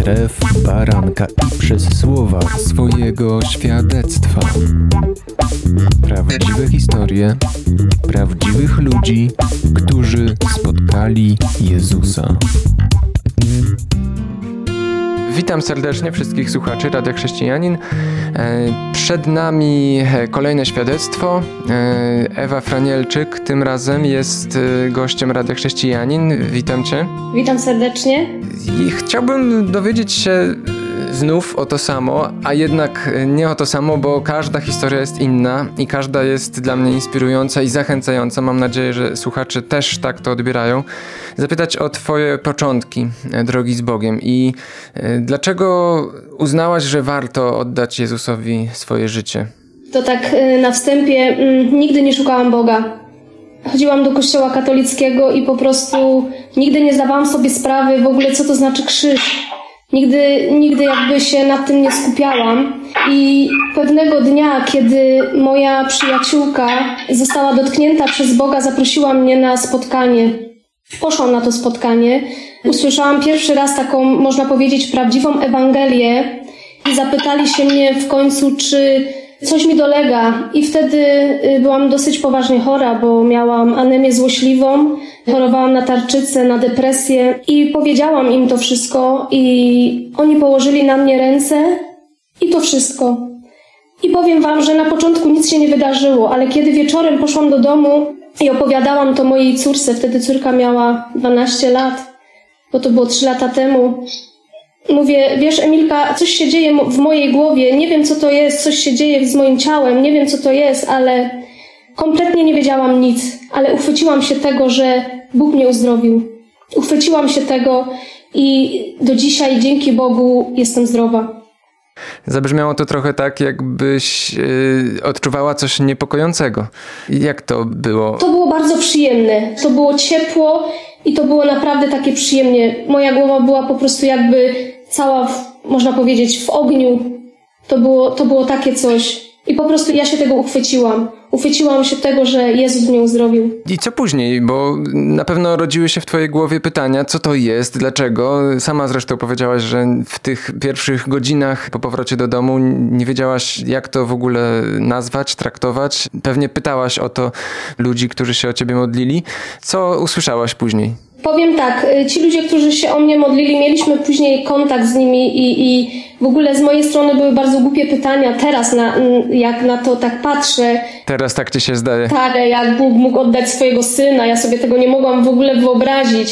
krew baranka i przez słowa swojego świadectwa. Prawdziwe historie prawdziwych ludzi, którzy spotkali Jezusa. Witam serdecznie wszystkich słuchaczy Radia Chrześcijanin. Przed nami kolejne świadectwo. Ewa Franielczyk tym razem jest gościem Radia Chrześcijanin. Witam Cię. Witam serdecznie. I chciałbym dowiedzieć się znów o to samo, a jednak nie o to samo, bo każda historia jest inna i każda jest dla mnie inspirująca i zachęcająca. Mam nadzieję, że słuchacze też tak to odbierają. Zapytać o Twoje początki drogi z Bogiem i dlaczego uznałaś, że warto oddać Jezusowi swoje życie? To tak na wstępie, nigdy nie szukałam Boga. Chodziłam do kościoła katolickiego i po prostu nigdy nie zdawałam sobie sprawy w ogóle, co to znaczy krzyż. Nigdy jakby się nad tym nie skupiałam i pewnego dnia, kiedy moja przyjaciółka została dotknięta przez Boga, zaprosiła mnie na spotkanie. Poszłam na to spotkanie, usłyszałam pierwszy raz taką, można powiedzieć, prawdziwą Ewangelię i zapytali się mnie w końcu, czy coś mi dolega. I wtedy byłam dosyć poważnie chora, bo miałam anemię złośliwą, chorowałam na tarczycę, na depresję i powiedziałam im to wszystko i oni położyli na mnie ręce i to wszystko. I powiem wam, że na początku nic się nie wydarzyło, ale kiedy wieczorem poszłam do domu i opowiadałam to mojej córce, wtedy córka miała 12 lat, bo to było 3 lata temu. Mówię, wiesz Emilka, coś się dzieje w mojej głowie, nie wiem co to jest, coś się dzieje z moim ciałem, nie wiem co to jest, ale kompletnie nie wiedziałam nic, ale uchwyciłam się tego, że Bóg mnie uzdrowił. Uchwyciłam się tego i do dzisiaj dzięki Bogu jestem zdrowa. Zabrzmiało to trochę tak, jakbyś odczuwała coś niepokojącego. Jak to było? To było bardzo przyjemne, to było ciepło i to było naprawdę takie przyjemnie. Moja głowa była po prostu jakby cała, można powiedzieć, w ogniu. To było takie coś. I po prostu ja się tego uchwyciłam. Uchwyciłam się tego, że Jezus mnie uzdrowił. I co później? Bo na pewno rodziły się w twojej głowie pytania, co to jest, dlaczego? Sama zresztą powiedziałaś, że w tych pierwszych godzinach po powrocie do domu nie wiedziałaś, jak to w ogóle nazwać, traktować. Pewnie pytałaś o to ludzi, którzy się o ciebie modlili. Co usłyszałaś później? Powiem tak, ci ludzie, którzy się o mnie modlili, mieliśmy później kontakt z nimi i w ogóle z mojej strony były bardzo głupie pytania. Teraz jak na to tak patrzę. Teraz tak ci się zdaje. Tak, jak Bóg mógł oddać swojego syna, ja sobie tego nie mogłam w ogóle wyobrazić.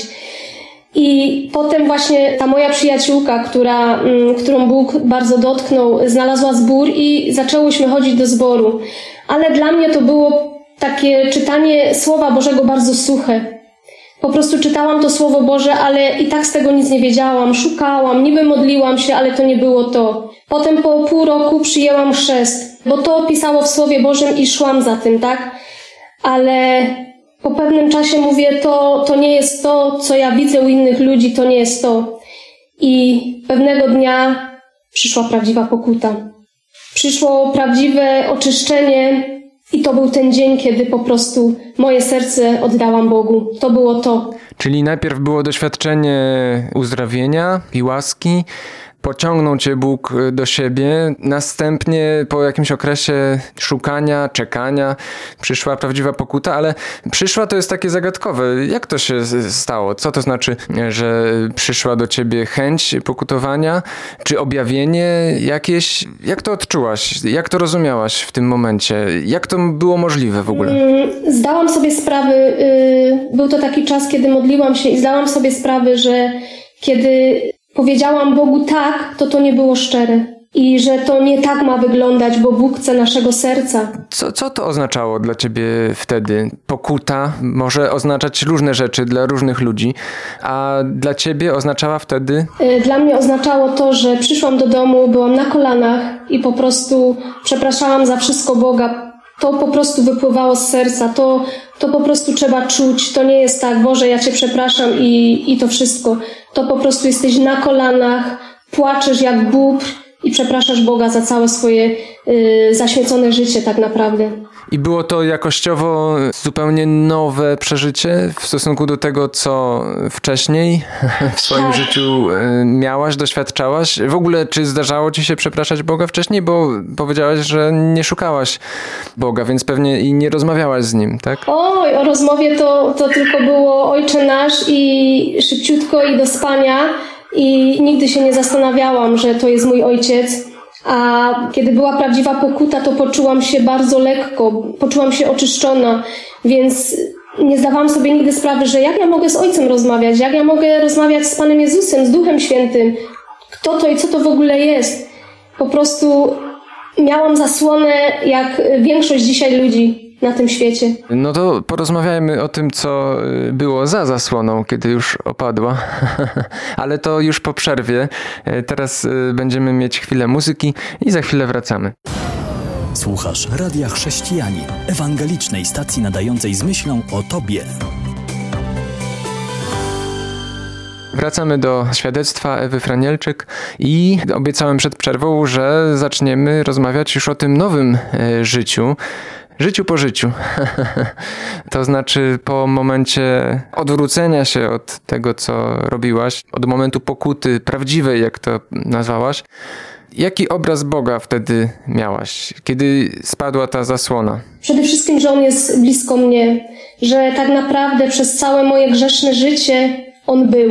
I potem właśnie ta moja przyjaciółka, którą Bóg bardzo dotknął, znalazła zbór i zaczęłyśmy chodzić do zboru. Ale dla mnie to było takie czytanie Słowa Bożego bardzo suche. Po prostu czytałam to Słowo Boże, ale i tak z tego nic nie wiedziałam. Szukałam, niby modliłam się, ale to nie było to. Potem po pół roku przyjęłam chrzest, bo to pisało w Słowie Bożym i szłam za tym, tak? Ale po pewnym czasie mówię, to nie jest to, co ja widzę u innych ludzi, to nie jest to. I pewnego dnia przyszła prawdziwa pokuta. Przyszło prawdziwe oczyszczenie. I to był ten dzień, kiedy po prostu moje serce oddałam Bogu. To było to. Czyli najpierw było doświadczenie uzdrowienia i łaski, pociągnął cię Bóg do siebie, następnie po jakimś okresie szukania, czekania przyszła prawdziwa pokuta, ale przyszła to jest takie zagadkowe. Jak to się stało? Co to znaczy, że przyszła do ciebie chęć pokutowania, czy objawienie jakieś? Jak to odczułaś? Jak to rozumiałaś w tym momencie? Jak to było możliwe w ogóle? Zdałam sobie sprawę, był to taki czas, kiedy modliłam się i zdałam sobie sprawę, że kiedy powiedziałam Bogu tak, to nie było szczere. I że to nie tak ma wyglądać, bo Bóg chce naszego serca. Co to oznaczało dla ciebie wtedy? Pokuta może oznaczać różne rzeczy dla różnych ludzi, a dla ciebie oznaczała wtedy? Dla mnie oznaczało to, że przyszłam do domu, byłam na kolanach i po prostu przepraszałam za wszystko Boga. To po prostu wypływało z serca, to po prostu trzeba czuć. To nie jest tak, Boże, ja Cię przepraszam i to wszystko. To po prostu jesteś na kolanach, płaczesz jak bóbr i przepraszasz Boga za całe swoje zaświecone życie tak naprawdę. I było to jakościowo zupełnie nowe przeżycie w stosunku do tego, co wcześniej w swoim życiu miałaś, doświadczałaś? W ogóle, czy zdarzało ci się przepraszać Boga wcześniej? Bo powiedziałaś, że nie szukałaś Boga, więc pewnie i nie rozmawiałaś z Nim, tak? Oj, o rozmowie to tylko było Ojcze Nasz i szybciutko i do spania i nigdy się nie zastanawiałam, że to jest mój Ojciec. A kiedy była prawdziwa pokuta, to poczułam się bardzo lekko, poczułam się oczyszczona, więc nie zdawałam sobie nigdy sprawy, że jak ja mogę z Ojcem rozmawiać, jak ja mogę rozmawiać z Panem Jezusem, z Duchem Świętym, kto to i co to w ogóle jest. Po prostu miałam zasłonę jak większość dzisiaj ludzi na tym świecie. No to porozmawiajmy o tym, co było za zasłoną, kiedy już opadła, ale to już po przerwie. Teraz będziemy mieć chwilę muzyki i za chwilę wracamy. Słuchasz Radia Chrześcijanin, ewangelicznej stacji nadającej z myślą o Tobie. Wracamy do świadectwa Ewy Franielczyk i obiecałem przed przerwą, że zaczniemy rozmawiać już o tym nowym życiu. Życiu po życiu. To znaczy po momencie odwrócenia się od tego, co robiłaś, od momentu pokuty prawdziwej, jak to nazwałaś. Jaki obraz Boga wtedy miałaś, kiedy spadła ta zasłona? Przede wszystkim, że On jest blisko mnie, że tak naprawdę przez całe moje grzeszne życie On był.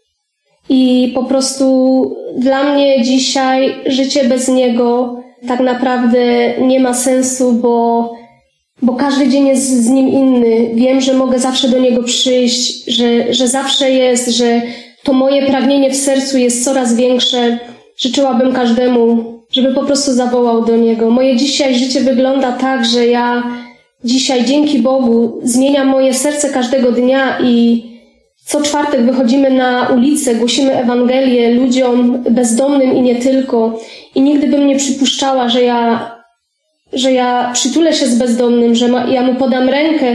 I po prostu dla mnie dzisiaj życie bez Niego tak naprawdę nie ma sensu, bo każdy dzień jest z Nim inny. Wiem, że mogę zawsze do Niego przyjść, że zawsze jest, że to moje pragnienie w sercu jest coraz większe. Życzyłabym każdemu, żeby po prostu zawołał do Niego. Moje dzisiaj życie wygląda tak, że ja dzisiaj dzięki Bogu zmieniam moje serce każdego dnia i co czwartek wychodzimy na ulicę, głosimy Ewangelię ludziom bezdomnym i nie tylko. I nigdy bym nie przypuszczała, że ja przytulę się z bezdomnym, że ja mu podam rękę.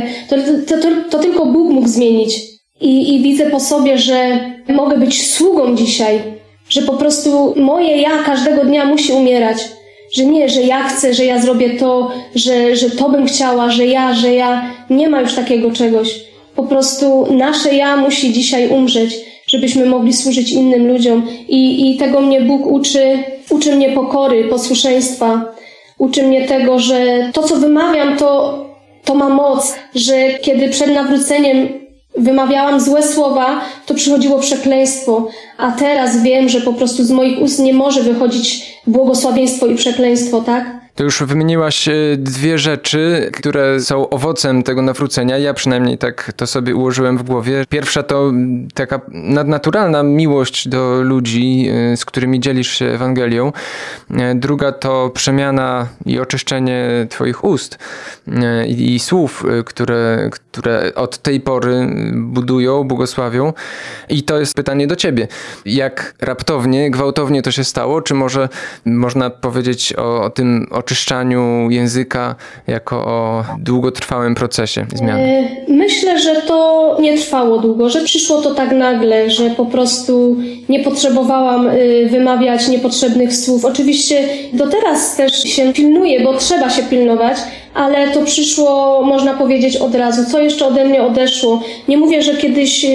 To tylko Bóg mógł zmienić. I widzę po sobie, że mogę być sługą dzisiaj. Że po prostu moje ja każdego dnia musi umierać. Że nie, że ja chcę, że ja zrobię to, że to bym chciała, że ja. Nie ma już takiego czegoś. Po prostu nasze ja musi dzisiaj umrzeć, żebyśmy mogli służyć innym ludziom. I tego mnie Bóg uczy. Uczy mnie pokory, posłuszeństwa. Uczy mnie tego, że to, co wymawiam, to ma moc. Że kiedy przed nawróceniem wymawiałam złe słowa, to przychodziło przekleństwo. A teraz wiem, że po prostu z moich ust nie może wychodzić błogosławieństwo i przekleństwo, tak? To już wymieniłaś dwie rzeczy, które są owocem tego nawrócenia. Ja przynajmniej tak to sobie ułożyłem w głowie. Pierwsza to taka nadnaturalna miłość do ludzi, z którymi dzielisz się Ewangelią. Druga to przemiana i oczyszczenie twoich ust i słów, które od tej pory budują, błogosławią. I to jest pytanie do ciebie. Jak raptownie, gwałtownie to się stało? Czy może można powiedzieć o tym oczyszczaniu języka jako o długotrwałym procesie zmiany? Myślę, że to nie trwało długo, że przyszło to tak nagle, że po prostu nie potrzebowałam wymawiać niepotrzebnych słów. Oczywiście do teraz też się pilnuję, bo trzeba się pilnować, ale to przyszło, można powiedzieć, od razu. Co jeszcze ode mnie odeszło? Nie mówię, że kiedyś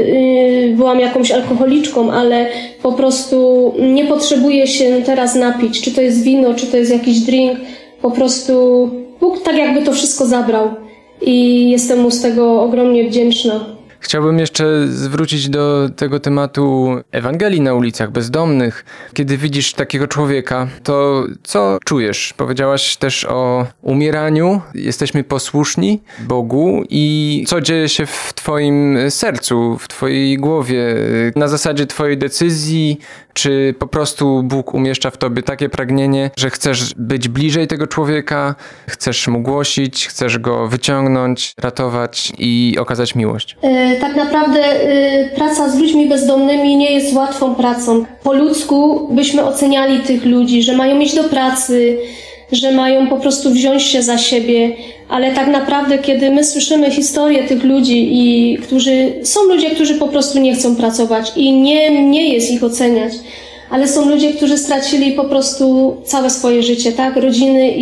byłam jakąś alkoholiczką, ale po prostu nie potrzebuję się teraz napić. Czy to jest wino, czy to jest jakiś drink. Po prostu Bóg tak jakby to wszystko zabrał. I jestem mu z tego ogromnie wdzięczna. Chciałbym jeszcze zwrócić do tego tematu Ewangelii na ulicach, bezdomnych. Kiedy widzisz takiego człowieka, to co czujesz? Powiedziałaś też o umieraniu. Jesteśmy posłuszni Bogu i co dzieje się w twoim sercu, w twojej głowie, na zasadzie twojej decyzji, czy po prostu Bóg umieszcza w tobie takie pragnienie, że chcesz być bliżej tego człowieka, chcesz mu głosić, chcesz go wyciągnąć, ratować i okazać miłość? Tak naprawdę praca z ludźmi bezdomnymi nie jest łatwą pracą. Po ludzku byśmy oceniali tych ludzi, że mają iść do pracy, że mają po prostu wziąć się za siebie, ale tak naprawdę kiedy my słyszymy historię tych ludzi są ludzie, którzy po prostu nie chcą pracować i nie jest ich oceniać, ale są ludzie, którzy stracili po prostu całe swoje życie, tak? Rodziny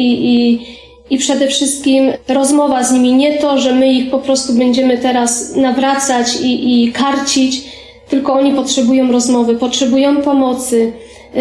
i przede wszystkim rozmowa z nimi. Nie to, że my ich po prostu będziemy teraz nawracać i karcić, tylko oni potrzebują rozmowy, potrzebują pomocy.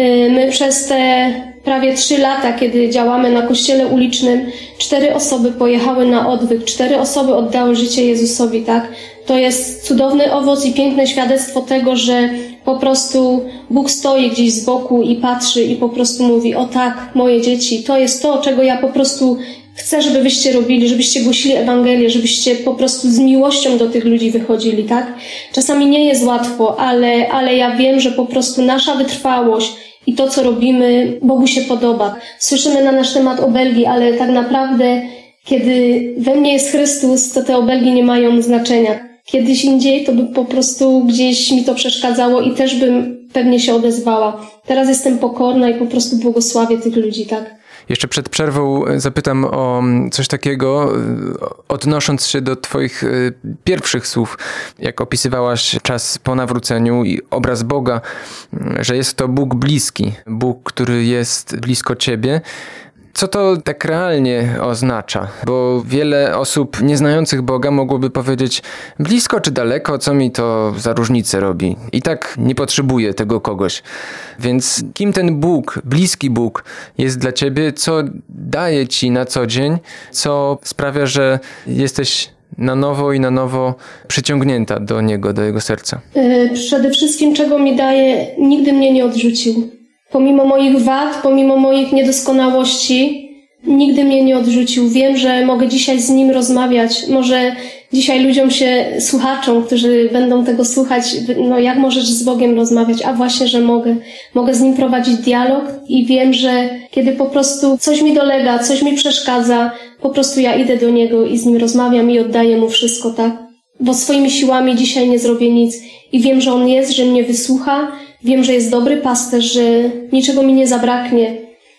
My przez te prawie 3 lata, kiedy działamy na kościele ulicznym, 4 osoby pojechały na odwyk, 4 osoby oddały życie Jezusowi, tak? To jest cudowny owoc i piękne świadectwo tego, że po prostu Bóg stoi gdzieś z boku i patrzy i po prostu mówi: o tak, moje dzieci, to jest to, czego ja po prostu chcę, żeby wyście robili, żebyście głosili Ewangelię, żebyście po prostu z miłością do tych ludzi wychodzili, tak? Czasami nie jest łatwo, ale ja wiem, że po prostu nasza wytrwałość i to, co robimy, Bogu się podoba. Słyszymy na nasz temat obelgi, ale tak naprawdę, kiedy we mnie jest Chrystus, to te obelgi nie mają znaczenia. Kiedyś indziej to by po prostu gdzieś mi to przeszkadzało i też bym pewnie się odezwała. Teraz jestem pokorna i po prostu błogosławię tych ludzi, tak? Jeszcze przed przerwą zapytam o coś takiego, odnosząc się do twoich pierwszych słów, jak opisywałaś czas po nawróceniu i obraz Boga, że jest to Bóg bliski, Bóg, który jest blisko ciebie. Co to tak realnie oznacza? Bo wiele osób nieznających Boga mogłoby powiedzieć: blisko czy daleko, co mi to za różnicę robi? I tak nie potrzebuję tego kogoś. Więc kim ten Bóg, bliski Bóg jest dla ciebie? Co daje ci na co dzień? Co sprawia, że jesteś na nowo przyciągnięta do Niego, do Jego serca? Przede wszystkim, czego mi daje, nigdy mnie nie odrzucił. Pomimo moich wad, pomimo moich niedoskonałości, nigdy mnie nie odrzucił. Wiem, że mogę dzisiaj z Nim rozmawiać. Może dzisiaj ludziom słuchaczom, którzy będą tego słuchać, no jak możesz z Bogiem rozmawiać? A właśnie, że mogę. Mogę z Nim prowadzić dialog i wiem, że kiedy po prostu coś mi dolega, coś mi przeszkadza, po prostu ja idę do Niego i z Nim rozmawiam i oddaję Mu wszystko, tak? Bo swoimi siłami dzisiaj nie zrobię nic. I wiem, że On jest, że mnie wysłucha. Wiem, że jest dobry pasterz, że niczego mi nie zabraknie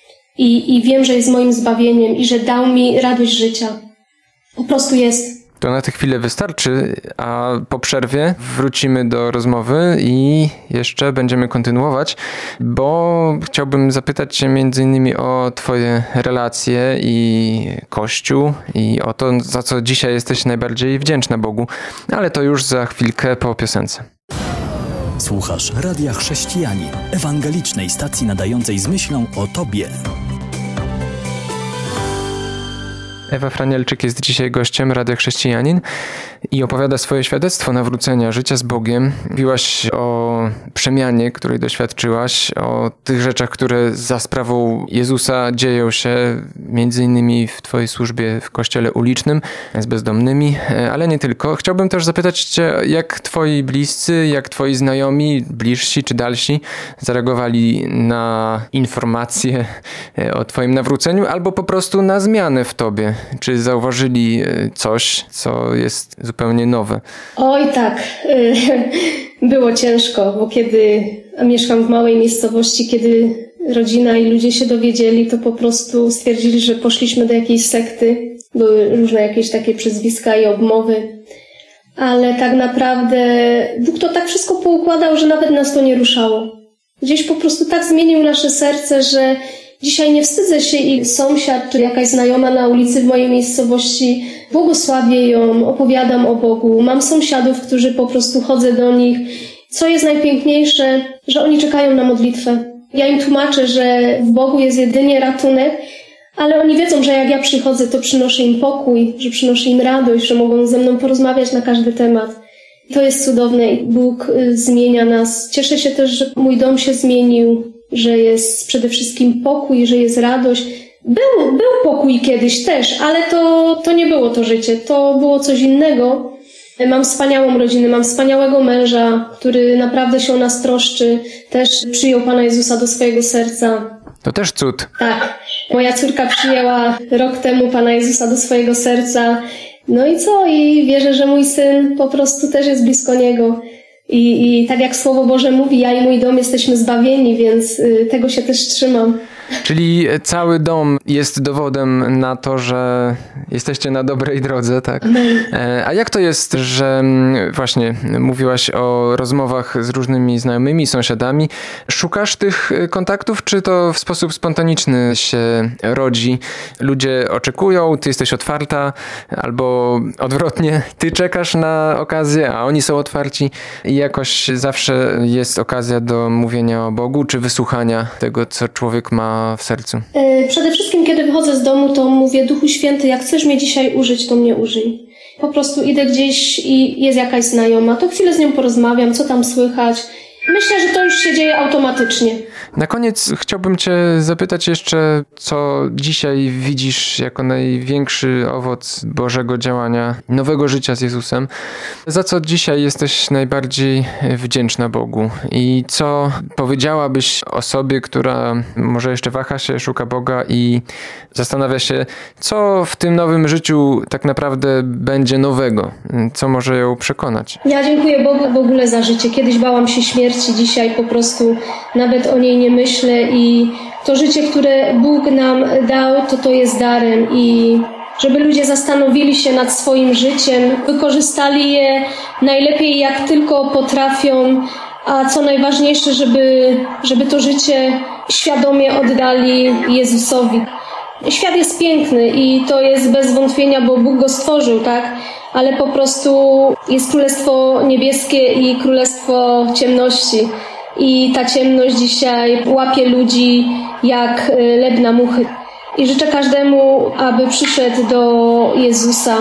i wiem, że jest moim zbawieniem i że dał mi radość życia. Po prostu jest. To na tę chwilę wystarczy, a po przerwie wrócimy do rozmowy i jeszcze będziemy kontynuować, bo chciałbym zapytać cię między innymi o twoje relacje i Kościół i o to, za co dzisiaj jesteś najbardziej wdzięczna Bogu, ale to już za chwilkę po piosence. Słuchasz Radia Chrześcijanin, ewangelicznej stacji nadającej z myślą o Tobie. Ewa Franielczyk jest dzisiaj gościem Radia Chrześcijanin i opowiada swoje świadectwo nawrócenia, życia z Bogiem. Mówiłaś o przemianie, której doświadczyłaś, o tych rzeczach, które za sprawą Jezusa dzieją się między innymi w twojej służbie w kościele ulicznym z bezdomnymi, ale nie tylko. Chciałbym też zapytać cię, jak twoi bliscy, jak twoi znajomi, bliżsi czy dalsi zareagowali na informacje o twoim nawróceniu albo po prostu na zmianę w tobie. Czy zauważyli coś, co jest zupełnie nowe? Oj tak, było ciężko, bo kiedy mieszkam w małej miejscowości, kiedy rodzina i ludzie się dowiedzieli, to po prostu stwierdzili, że poszliśmy do jakiejś sekty. Były różne jakieś takie przyzwiska i obmowy, ale tak naprawdę Bóg to tak wszystko poukładał, że nawet nas to nie ruszało. Gdzieś po prostu tak zmienił nasze serce, że dzisiaj nie wstydzę się i sąsiad czy jakaś znajoma na ulicy w mojej miejscowości, błogosławię ją, opowiadam o Bogu. Mam sąsiadów, którzy po prostu chodzę do nich. Co jest najpiękniejsze, że oni czekają na modlitwę. Ja im tłumaczę, że w Bogu jest jedynie ratunek, ale oni wiedzą, że jak ja przychodzę, to przynoszę im pokój, że przynoszę im radość, że mogą ze mną porozmawiać na każdy temat. To jest cudowne i Bóg zmienia nas. Cieszę się też, że mój dom się zmienił, że jest przede wszystkim pokój, że jest radość. Był pokój kiedyś też, ale to nie było to życie, to było coś innego. Mam wspaniałą rodzinę, mam wspaniałego męża, który naprawdę się o nas troszczy. Też przyjął Pana Jezusa do swojego serca. To też cud. Tak. Moja córka przyjęła rok temu Pana Jezusa do swojego serca. No i co? I wierzę, że mój syn po prostu też jest blisko Niego. I tak jak Słowo Boże mówi, ja i mój dom jesteśmy zbawieni, więc tego się też trzymam. Czyli cały dom jest dowodem na to, że jesteście na dobrej drodze, tak? A jak to jest, że właśnie mówiłaś o rozmowach z różnymi znajomymi, sąsiadami. Szukasz tych kontaktów, czy to w sposób spontaniczny się rodzi? Ludzie oczekują, ty jesteś otwarta, albo odwrotnie, ty czekasz na okazję, a oni są otwarci i jakoś zawsze jest okazja do mówienia o Bogu, czy wysłuchania tego, co człowiek ma w sercu? Przede wszystkim, kiedy wychodzę z domu, to mówię: Duchu Święty, jak chcesz mnie dzisiaj użyć, to mnie użyj. Po prostu idę gdzieś i jest jakaś znajoma, to chwilę z nią porozmawiam, co tam słychać. Myślę, że to już się dzieje automatycznie. Na koniec chciałbym cię zapytać jeszcze, co dzisiaj widzisz jako największy owoc Bożego działania, nowego życia z Jezusem. Za co dzisiaj jesteś najbardziej wdzięczna Bogu? I co powiedziałabyś osobie, która może jeszcze waha się, szuka Boga i zastanawia się, co w tym nowym życiu tak naprawdę będzie nowego? Co może ją przekonać? Ja dziękuję Bogu w ogóle za życie. Kiedyś bałam się śmierci, dzisiaj po prostu nawet o niej nie myślę i to życie, które Bóg nam dał, to jest darem i żeby ludzie zastanowili się nad swoim życiem, wykorzystali je najlepiej jak tylko potrafią, a co najważniejsze, żeby to życie świadomie oddali Jezusowi. Świat jest piękny i to jest bez wątpienia, bo Bóg go stworzył, tak? Ale po prostu jest Królestwo Niebieskie i Królestwo Ciemności. I ta ciemność dzisiaj łapie ludzi jak lep na muchy. I życzę każdemu, aby przyszedł do Jezusa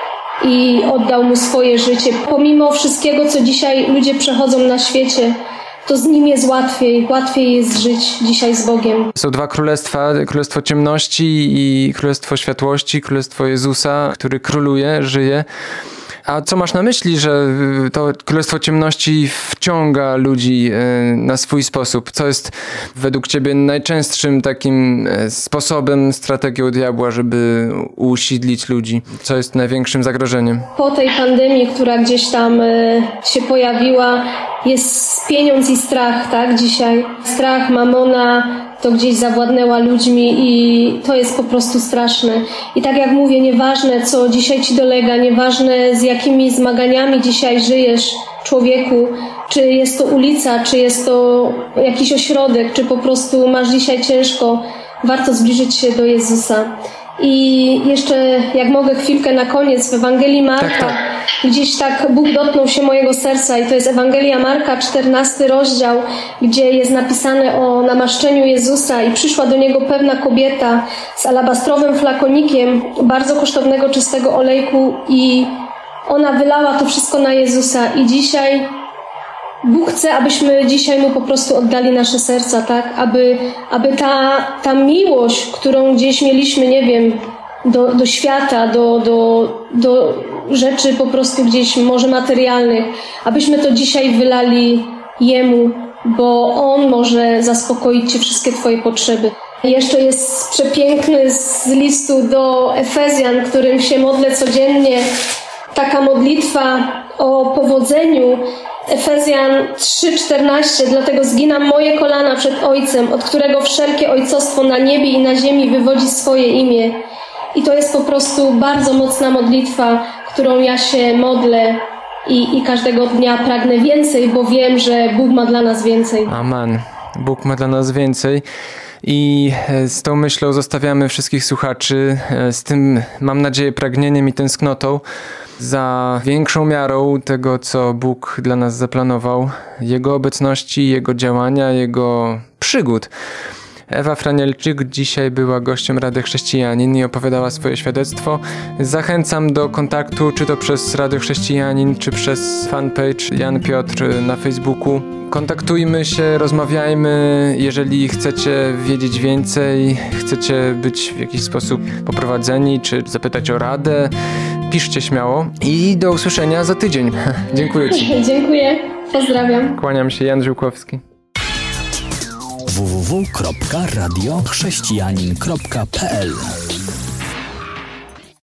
i oddał Mu swoje życie. Pomimo wszystkiego, co dzisiaj ludzie przechodzą na świecie, to z Nim jest łatwiej jest żyć dzisiaj z Bogiem. Są dwa królestwa, Królestwo Ciemności i Królestwo Światłości, Królestwo Jezusa, który króluje, żyje. A co masz na myśli, że to Królestwo Ciemności wciąga ludzi na swój sposób? Co jest według ciebie najczęstszym takim sposobem, strategią diabła, żeby usidlić ludzi? Co jest największym zagrożeniem? Po tej pandemii, która gdzieś tam się pojawiła, jest pieniądz i strach, tak? Dzisiaj strach, mamona to gdzieś zawładnęła ludźmi i to jest po prostu straszne. I tak jak mówię, nieważne co dzisiaj ci dolega, nieważne z jakimi zmaganiami dzisiaj żyjesz, człowieku, czy jest to ulica, czy jest to jakiś ośrodek, czy po prostu masz dzisiaj ciężko, warto zbliżyć się do Jezusa. I jeszcze, jak mogę, chwilkę na koniec w Ewangelii Marka, tak. Gdzieś tak Bóg dotknął się mojego serca i to jest Ewangelia Marka, 14 rozdział, gdzie jest napisane o namaszczeniu Jezusa i przyszła do Niego pewna kobieta z alabastrowym flakonikiem bardzo kosztownego, czystego olejku i ona wylała to wszystko na Jezusa i dzisiaj Bóg chce, abyśmy dzisiaj Mu po prostu oddali nasze serca, tak? Aby ta miłość, którą gdzieś mieliśmy, nie wiem, do świata, do rzeczy po prostu gdzieś może materialnych, abyśmy to dzisiaj wylali Jemu, bo On może zaspokoić Ci wszystkie Twoje potrzeby. Jeszcze jest przepiękny z listu do Efezjan, którym się modlę codziennie, taka modlitwa o powodzeniu. Efezjan 3:14, dlatego zginam moje kolana przed Ojcem, od którego wszelkie ojcostwo na niebie i na ziemi wywodzi swoje imię. I to jest po prostu bardzo mocna modlitwa, którą ja się modlę i każdego dnia pragnę więcej, bo wiem, że Bóg ma dla nas więcej. Amen. Bóg ma dla nas więcej. I z tą myślą zostawiamy wszystkich słuchaczy, z tym, mam nadzieję, pragnieniem i tęsknotą za większą miarą tego, co Bóg dla nas zaplanował, Jego obecności, Jego działania, Jego przygód. Ewa Franielczyk dzisiaj była gościem Radia Chrześcijanin i opowiadała swoje świadectwo. Zachęcam do kontaktu, czy to przez Radio Chrześcijanin, czy przez fanpage Jan Piotr na Facebooku. Kontaktujmy się, rozmawiajmy. Jeżeli chcecie wiedzieć więcej, chcecie być w jakiś sposób poprowadzeni, czy zapytać o radę, piszcie śmiało i do usłyszenia za tydzień. Dziękuję Ci. Dziękuję, pozdrawiam. Kłaniam się, Jan Żyłkowski. www.radiochrześcijanin.pl